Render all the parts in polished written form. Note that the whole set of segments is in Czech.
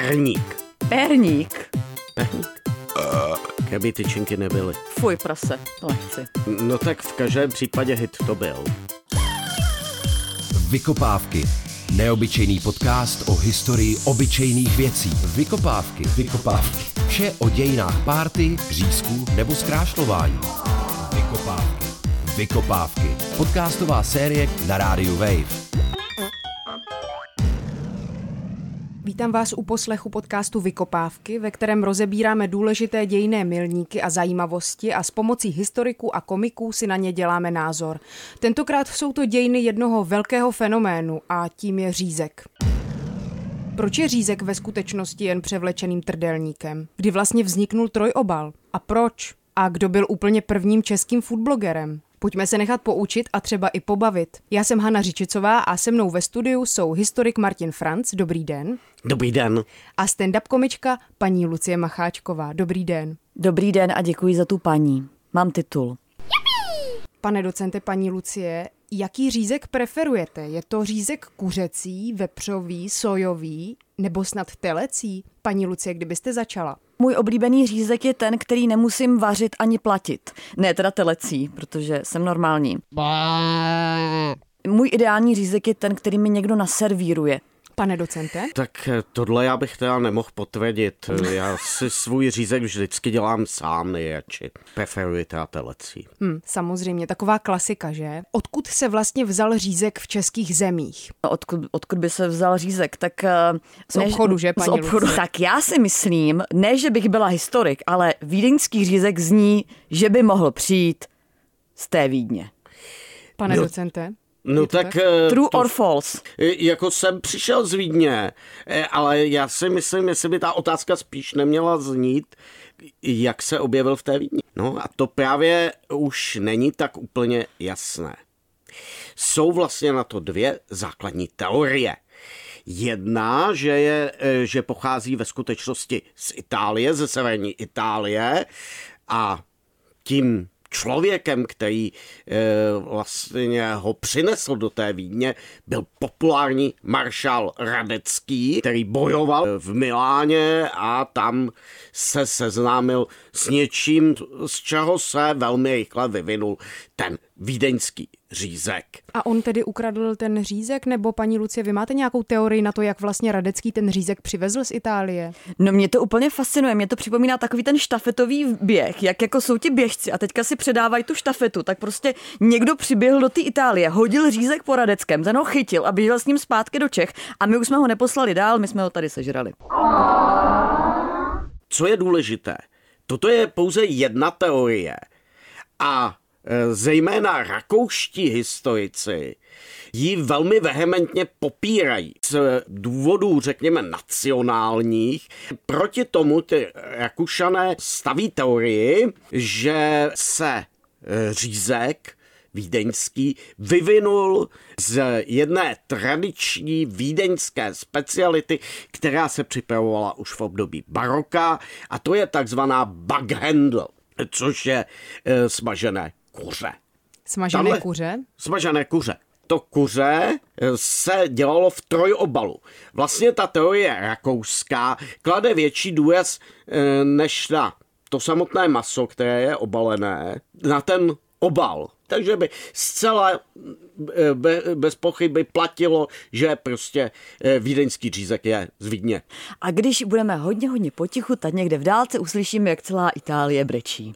Perník. Perník? Perník? Kdyby tyčinky nebyly. Fuj, prase, to nechci. No tak v každém případě hit to byl. Vykopávky. Neobyčejný podcast o historii obyčejných věcí. Vykopávky. Vše o dějinách párty, řízků nebo zkrášlování. Vykopávky. Podcastová série na rádiu Wave. Vítám vás u poslechu podcastu Vykopávky, ve kterém rozebíráme důležité dějinné milníky a zajímavosti a s pomocí historiků a komiků si na ně děláme názor. Tentokrát jsou to dějiny jednoho velkého fenoménu a tím je řízek. Proč je řízek ve skutečnosti jen převlečeným trdelníkem? Kdy vlastně vzniknul trojobal? A proč? A kdo byl úplně prvním českým foodblogerem? Pojďme se nechat poučit a třeba i pobavit. Já jsem Hana Řičicová a se mnou ve studiu jsou historik Martin Franc. Dobrý den. Dobrý den. A stand-up komička paní Lucie Macháčková. Dobrý den. Dobrý den a děkuji za tu paní. Mám titul. Pane docente, paní Lucie, jaký řízek preferujete? Je to řízek kuřecí, vepřový, sojový nebo snad telecí? Paní Lucie, kdybyste začala? Můj oblíbený řízek je ten, který nemusím vařit ani platit. Ne teda telecí, protože jsem normální. Můj ideální řízek je ten, který mi někdo naservíruje. Pane docente? Tak tohle já bych teda nemohl potvrdit. Já si svůj řízek vždycky dělám sám nejradši. Preferuji teda telecí. Samozřejmě, taková klasika, že? Odkud se vlastně vzal řízek v českých zemích? Odkud by se vzal řízek? Tak z obchodu, že, paní Lucie? Tak já si myslím, ne, že bych byla historik, ale vídeňský řízek zní, že by mohl přijít z té Vídně. Pane docente? No tak... True or false? Jako jsem přišel z Vídně, ale já si myslím, jestli by ta otázka spíš neměla znít, jak se objevil v té Vídni. No a to právě už není tak úplně jasné. Jsou vlastně na to dvě základní teorie. Jedna, že pochází ve skutečnosti z Itálie, ze severní Itálie a tím člověkem, který vlastně ho přinesl do té Vídně, byl populární maršál Radecký, který bojoval v Miláně a tam se seznámil s něčím, z čeho se velmi rychle vyvinul ten vídeňský řízek. A on tedy ukradl ten řízek, nebo paní Lucie, vy máte nějakou teorii na to, jak vlastně Radecký ten řízek přivezl z Itálie? No mě to úplně fascinuje, mě to připomíná takový ten štafetový běh, jak jako jsou ti běžci a teďka si předávají tu štafetu, tak prostě někdo přiběhl do té Itálie, hodil řízek po Radeckém, ten ho chytil a běžel s ním zpátky do Čech a my už jsme ho neposlali dál, my jsme ho tady sežrali. Co je důležité? Toto je pouze jedna teorie a zejména rakouští historici ji velmi vehementně popírají z důvodů, řekněme, nacionálních. Proti tomu ty Rakušané staví teorii, že se řízek vídeňský vyvinul z jedné tradiční vídeňské speciality, která se připravovala už v období baroka, a to je takzvaná Backhandel, což je smažené kuře. Kuře? Smažené kuře. To kuře se dělalo v trojobalu. Vlastně ta teorie rakouská klade větší důraz než na to samotné maso, které je obalené, na ten obal. Takže by zcela bez pochyby platilo, že prostě vídeňský řízek je z Vídně. A když budeme hodně potichu, tak někde v dálce uslyšíme, jak celá Itálie brečí.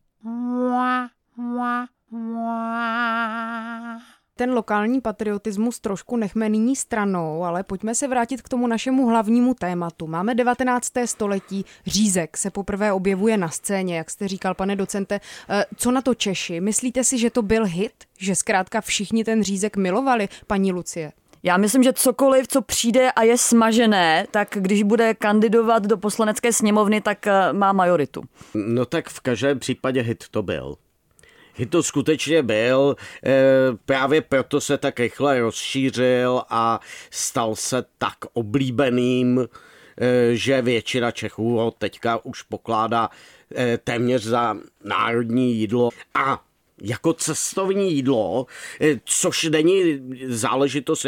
Ten lokální patriotismus trošku nechme nyní stranou, ale pojďme se vrátit k tomu našemu hlavnímu tématu. Máme 19. století, řízek se poprvé objevuje na scéně, jak jste říkal, pane docente. Co na to Češi? Myslíte si, že to byl hit? Že zkrátka všichni ten řízek milovali, paní Lucie? Já myslím, že cokoliv, co přijde a je smažené, tak když bude kandidovat do poslanecké sněmovny, tak má majoritu. No tak v každém případě hit to byl. Hit to skutečně byl, právě proto se tak rychle rozšířil a stal se tak oblíbeným, že většina Čechů ho teďka už pokládá téměř za národní jídlo. A jako cestovní jídlo, což není záležitost jako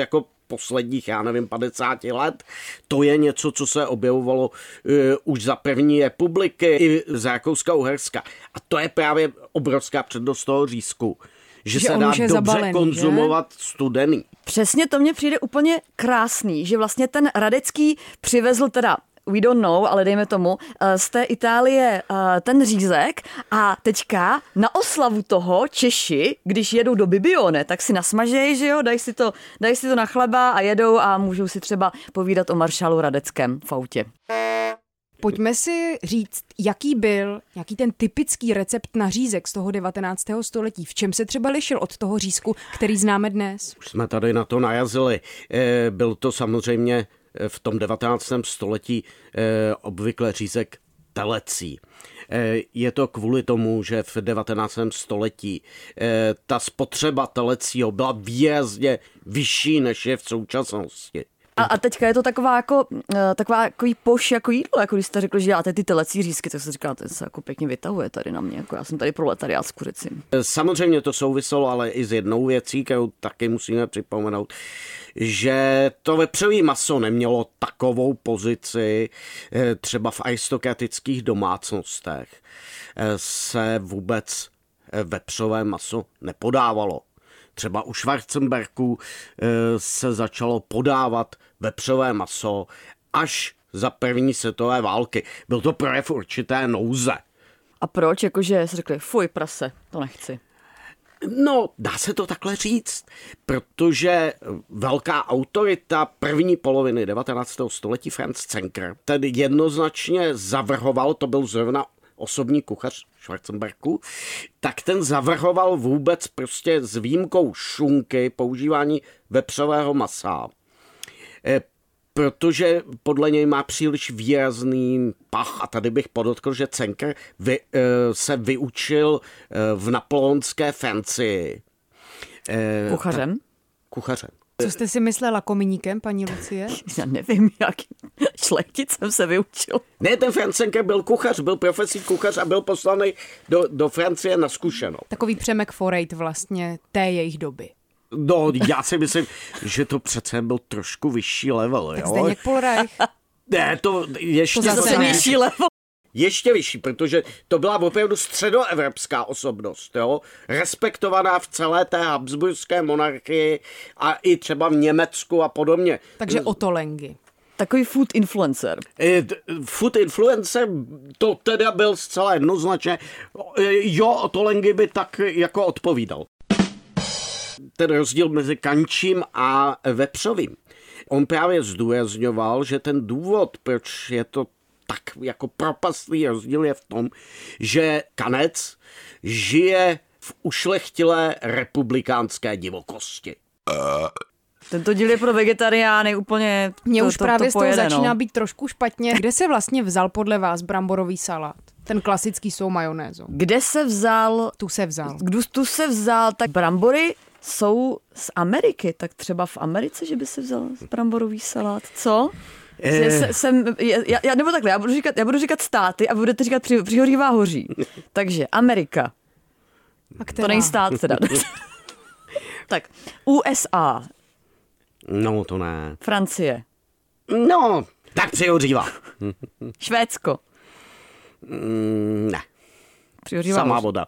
posledních, 50 let. To je něco, co se objevovalo už za první republiky i za Rakouska-Uherska. A to je právě obrovská přednost toho řízku, že se dá dobře zabalený, konzumovat studený. Přesně to mně přijde úplně krásný, že vlastně ten Radecký přivezl teda we don't know, ale dejme tomu, z té Itálie ten řízek a teďka na oslavu toho Češi, když jedou do Bibione, tak si nasmažejí, že jo, dají si to na chleba a jedou a můžou si třeba povídat o maršálu Radeckém v autě. Pojďme si říct, jaký ten typický recept na řízek z toho 19. století. V čem se třeba lišil od toho řízku, který známe dnes? Už jsme tady na to najazili. Byl to samozřejmě v tom 19. století obvykle řízek telecí. Je to kvůli tomu, že v 19. století ta spotřeba telecího byla výrazně vyšší, než je v současnosti. A teďka je to takový poš jako jídlo, jako když jste řekl, že děláte ty telecí řízky, tak se říká, to se jako pěkně vytahuje tady na mě, jako já jsem tady proletariát s kuřecím. Samozřejmě to souviselo ale i s jednou věcí, kterou taky musíme připomenout, že to vepřové maso nemělo takovou pozici třeba v aristokratických domácnostech. Se vůbec vepřové maso nepodávalo. Třeba u Schwarzenbergů se začalo podávat vepřové maso až za první světové války. Byl to projev určité nouze. A proč? Jakože se řekli, fuj prase, to nechci. No, dá se to takhle říct, protože velká autorita první poloviny 19. století Franz Zenker tedy jednoznačně zavrhoval, to byl zrovna osobní kuchař Schwarzenbergů, tak ten zavrhoval vůbec prostě s výjimkou šunky používání vepřového masa, protože podle něj má příliš výrazný pach. A tady bych podotkl, že Zenker se vyučil v napoleonské Francii. Kuchařem? Kuchařem. Co jste si myslela kominíkem, paní Lucie? Já nevím, jakým šlechticem se vyučil. Ne, ten Franz Zenker byl kuchař, byl profesní kuchař a byl poslaný do Francie na zkušenou. Takový Přemek Forejt vlastně té jejich doby. No, já si myslím, že to přece byl trošku vyšší level. Tak Zdeněk Polreich. Ne, to ještě to zase nižší level. Ještě vyšší, protože to byla opravdu středoevropská osobnost, jo? Respektovaná v celé té habsburské monarchii a i třeba v Německu a podobně. Takže Otto Lengi. Takový food influencer. Food influencer, to teda byl zcela jednoznačně. Jo, Otto Lengi by tak jako odpovídal. Ten rozdíl mezi kančím a vepřovým. On právě zdůrazňoval, že ten důvod, proč je to tak jako propastný rozdíl, je v tom, že kanec žije v ušlechtilé republikánské divokosti. Tento díl je pro vegetariány úplně Mně už právě z toho pojede, začíná být trošku špatně. Kde se vlastně vzal podle vás bramborový salát? Ten klasický s tou majonézou. Kde se vzal? Tu se vzal. Tu se vzal, tak brambory jsou z Ameriky, tak třeba v Americe, že by se vzal bramborový salát, co? Nebo takhle, já budu říkat státy a budete říkat Přihořívá hoří. Takže Amerika. A která? To není stát teda. Tak, USA. No, to ne. Francie. No, tak Přihořívá. Švédsko. Ne. Přihořívá Samá voda.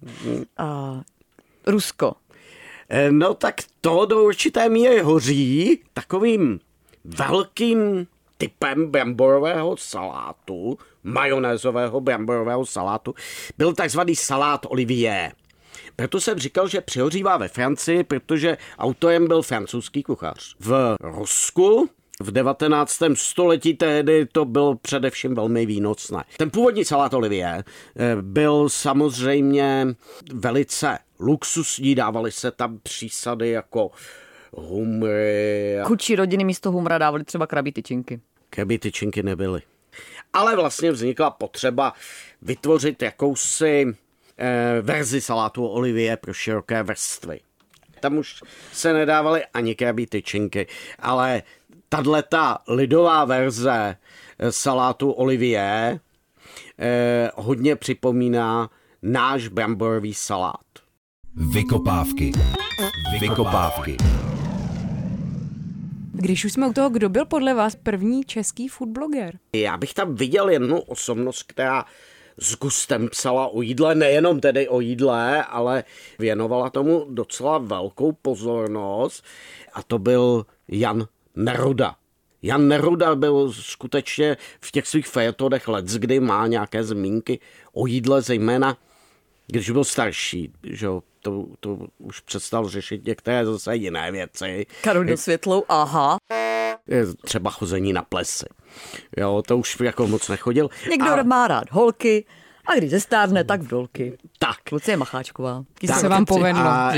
Rusko. No tak to do určité míry hoří takovým velkým typem bramborového salátu, majonézového bramborového salátu, byl takzvaný salát Olivier. Proto jsem říkal, že přihořívá ve Francii, protože autorem byl francouzský kuchař. V Rusku v 19. století tehdy to bylo především velmi výnocné. Ten původní salát Olivier byl samozřejmě velice luxusní, dávaly se tam přísady jako humry. Chudší rodiny místo humra dávali třeba krabí tyčinky. Krabí tyčinky nebyly. Ale vlastně vznikla potřeba vytvořit jakousi verzi salátu Olivier pro široké vrstvy. Tam už se nedávaly ani krabí tyčinky, ale tato lidová verze salátu Olivier hodně připomíná náš bramborový salát. Vykopávky. Když už jsme u toho, kdo byl podle vás první český foodbloger? Já bych tam viděl jednu osobnost, která s gustem psala o jídle, nejenom tedy o jídle, ale věnovala tomu docela velkou pozornost a to byl Jan Neruda. Jan Neruda byl skutečně v těch svých fejetonech leckdy má nějaké zmínky o jídle, zejména když byl starší, že jo, to už přestal řešit některé zase jiné věci. Karolínu Světlou, aha. Třeba chození na plesy. Jo, to už jako moc nechodil. Někdo má rád holky a když zestárne, tak vdolky. Tak. Lucie Macháčková. Tak se vám povedlo. A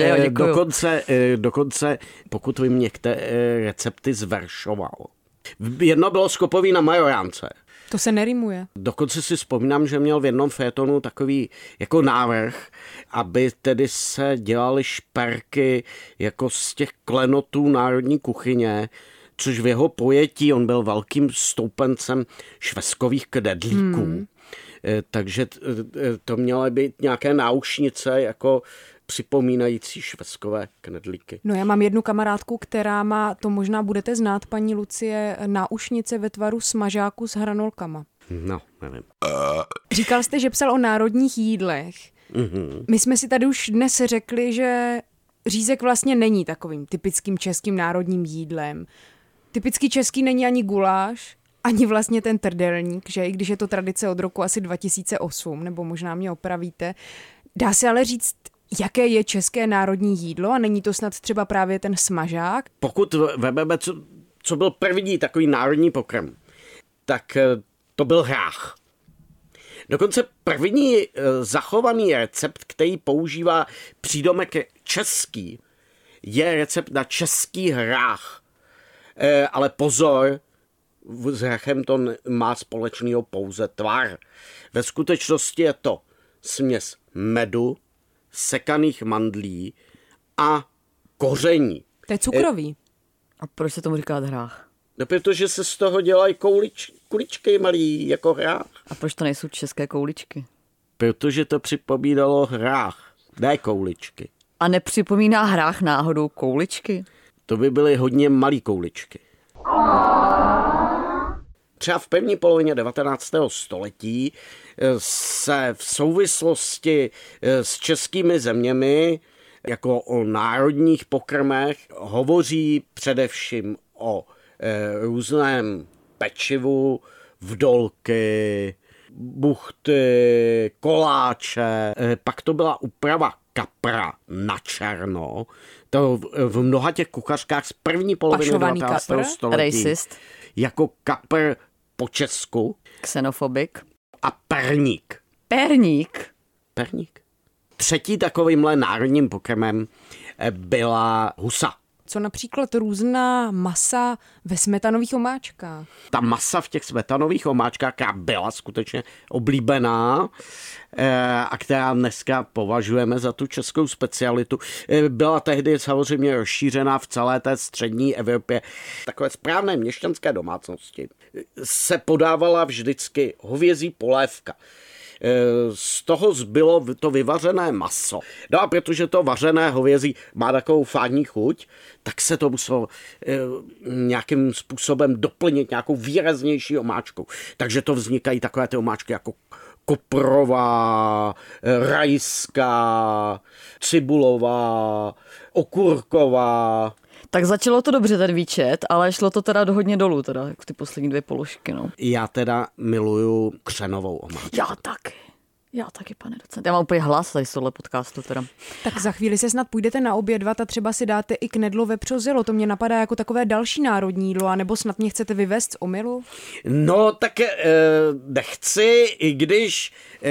dokonce, pokud vím, některé recepty zveršoval. Jedno bylo skopový na Majoránce. To se nerimuje. Dokonce si vzpomínám, že měl v jednom fejetonu takový jako návrh, aby tedy se dělaly šperky jako z těch klenotů národní kuchyně, což v jeho pojetí, on byl velkým stoupencem švestkových knedlíků. Takže to měly být nějaké náušnice jako připomínající švestkové knedlíky. No já mám jednu kamarádku, která má, to možná budete znát, paní Lucie, náušnice ve tvaru smažáku s hranolkama. No, nevím. Říkal jste, že psal o národních jídlech. Mm-hmm. My jsme si tady už dnes řekli, že řízek vlastně není takovým typickým českým národním jídlem. Typický český není ani guláš, ani vlastně ten trdelník, že i když je to tradice od roku asi 2008, nebo možná mě opravíte. Dá se ale říct, jaké je české národní jídlo a není to snad třeba právě ten smažák? Pokud vezmeme, co byl první takový národní pokrm, tak to byl hrách. Dokonce první zachovaný recept, který používá přídomek český, je recept na český hrách. Ale pozor, s hrachem to má společného pouze tvar. Ve skutečnosti je to směs medu, sekaných mandlí a koření. To je cukrový. A proč se tomu říká hrách? No, protože se z toho dělají kuličky malý, jako hrách. A proč to nejsou české kouličky? Protože to připomínalo hrách, ne kouličky. A nepřipomíná hrách náhodou kouličky? To by byly hodně malý kouličky. Třeba v první polovině 19. století se v souvislosti s českými zeměmi jako o národních pokrmech hovoří především o různém pečivu, vdolky, buchty, koláče. Pak to byla úprava kapra na černo. To v mnoha těch kuchařkách z první poloviny 19. století. Racist. Jako kapr po česku. Xenofobik. A perník. Perník? Perník. Třetí takovýmhle národním pokrmem byla husa. Co například různá masa ve smetanových omáčkách? Ta masa v těch smetanových omáčkách, která byla skutečně oblíbená a která dneska považujeme za tu českou specialitu, byla tehdy samozřejmě rozšířená v celé té střední Evropě. Takové správné měšťanské domácnosti se podávala vždycky hovězí polévka. Z toho zbylo to vyvařené maso. No a protože to vařené hovězí má takovou fádní chuť, tak se to muselo nějakým způsobem doplnit nějakou výraznější omáčkou. Takže to vznikají takové ty omáčky jako koprová, rajská, cibulová, okurková. Tak začalo to dobře ten výčet, ale šlo to teda hodně dolů, teda, jako ty poslední dvě položky, no. Já teda miluju křenovou omáčku. Já taky, pane docent. Já mám úplně hlas tady z tohle podcastu teda. Tak za chvíli se snad půjdete naobědvat a třeba si dáte i knedlo vepřozelo. To mě napadá jako takové další národní jídlo, anebo snad mě chcete vyvést z omylu? No tak nechci, i když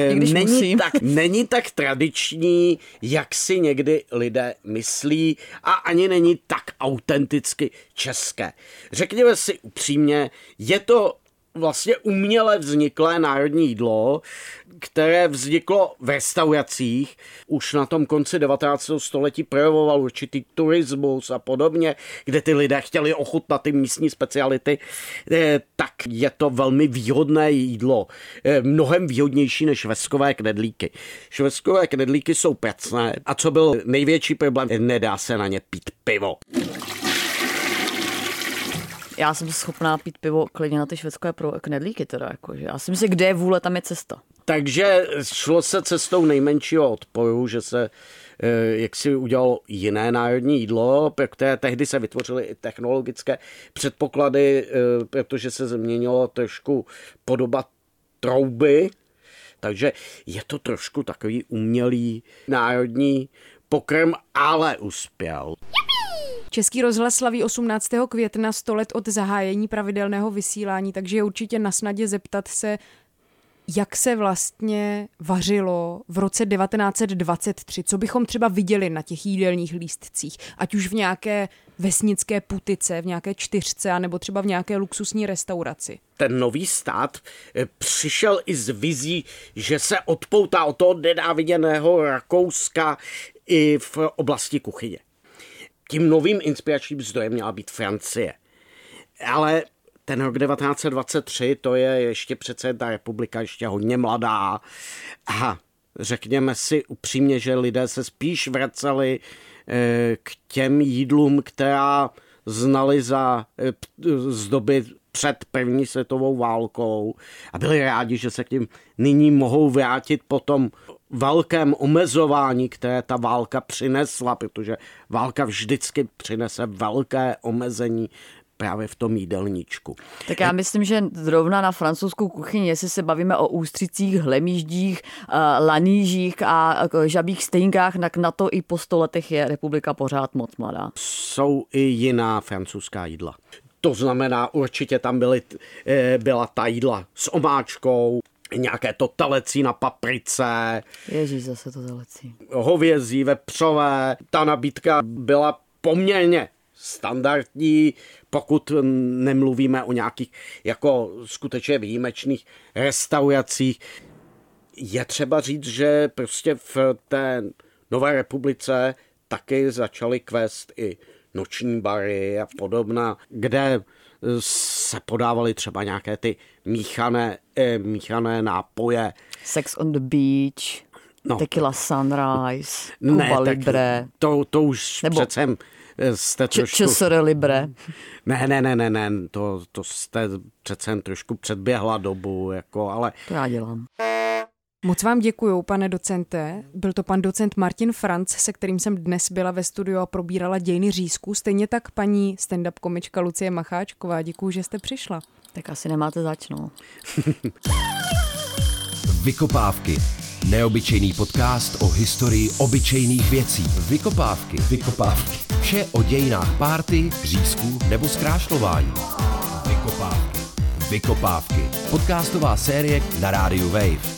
není tak tradiční, jak si někdy lidé myslí a ani není tak autenticky české. Řekněme si upřímně, je to vlastně uměle vzniklé národní jídlo, které vzniklo v restauracích. Už na tom konci 19. století projevoval určitý turismus a podobně, kde ty lidé chtěli ochutnat ty místní speciality, tak je to velmi výhodné jídlo. Mnohem výhodnější než švestkové knedlíky. Švestkové knedlíky jsou pracné a co byl největší problém, nedá se na ně pít pivo. Já jsem schopná pít pivo klidně na ty švédské knedlíky teda, jakože. Já si myslím, kde je vůle, tam je cesta. Takže šlo se cestou nejmenšího odporu, že se jak si udělalo jiné národní jídlo, které tehdy se vytvořily i technologické předpoklady, protože se změnilo trošku podoba trouby, takže je to trošku takový umělý národní pokrm, ale uspěl. Český rozhlas slaví 18. května 100 let od zahájení pravidelného vysílání, takže je určitě na snadě zeptat se, jak se vlastně vařilo v roce 1923, co bychom třeba viděli na těch jídelních lístcích, ať už v nějaké vesnické putice, v nějaké čtyřce, anebo třeba v nějaké luxusní restauraci. Ten nový stát přišel i s vizí, že se odpoutá od toho nenáviděného Rakouska i v oblasti kuchyně. Tím novým inspiračním zdrojem měla být Francie. Ale ten rok 1923, to je ještě přece ta republika ještě hodně mladá. A řekněme si upřímně, že lidé se spíš vraceli k těm jídlům, která znali z doby před první světovou válkou a byli rádi, že se k tím nyní mohou vrátit po tom velkém omezování, které ta válka přinesla, protože válka vždycky přinese velké omezení právě v tom jídelníčku. Tak já myslím, že zrovna na francouzskou kuchyni, jestli se bavíme o ústřicích, hlemíždích, lanížích a žabích stejnkách, tak na to i po 100 letech je republika pořád moc mladá. Jsou i jiná francouzská jídla. To znamená, určitě tam byla ta jídla s omáčkou, nějaké to telecí na paprice. Ježíš, zase to telecí. Hovězí, vepřové. Ta nabídka byla poměrně standardní, pokud nemluvíme o nějakých jako skutečně výjimečných restauracích. Je třeba říct, že prostě v té Nové republice taky začaly kvést i noční bary a podobná, kde se podávaly třeba nějaké ty míchané nápoje. Sex on the beach, tequila sunrise, Cuba Libre. To už přece jste trošku... Česore Libre. Ne, to jste přece trošku předběhla dobu, jako, ale... To já dělám. Moc vám děkuju, pane docente. Byl to pan docent Martin Franc, se kterým jsem dnes byla ve studiu a probírala dějiny řízků. Stejně tak paní stand-up komička Lucie Macháčková. Děkuju, že jste přišla. Tak asi nemáte zač, no. Vykopávky. Neobyčejný podcast o historii obyčejných věcí. Vykopávky. Vše o dějinách párty, řízků nebo zkrášlování. Vykopávky. Podcastová série na rádiu Wave.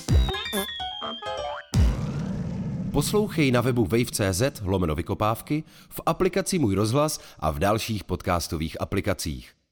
Poslouchej na webu wave.cz/vykopávky, v aplikaci Můj rozhlas a v dalších podcastových aplikacích.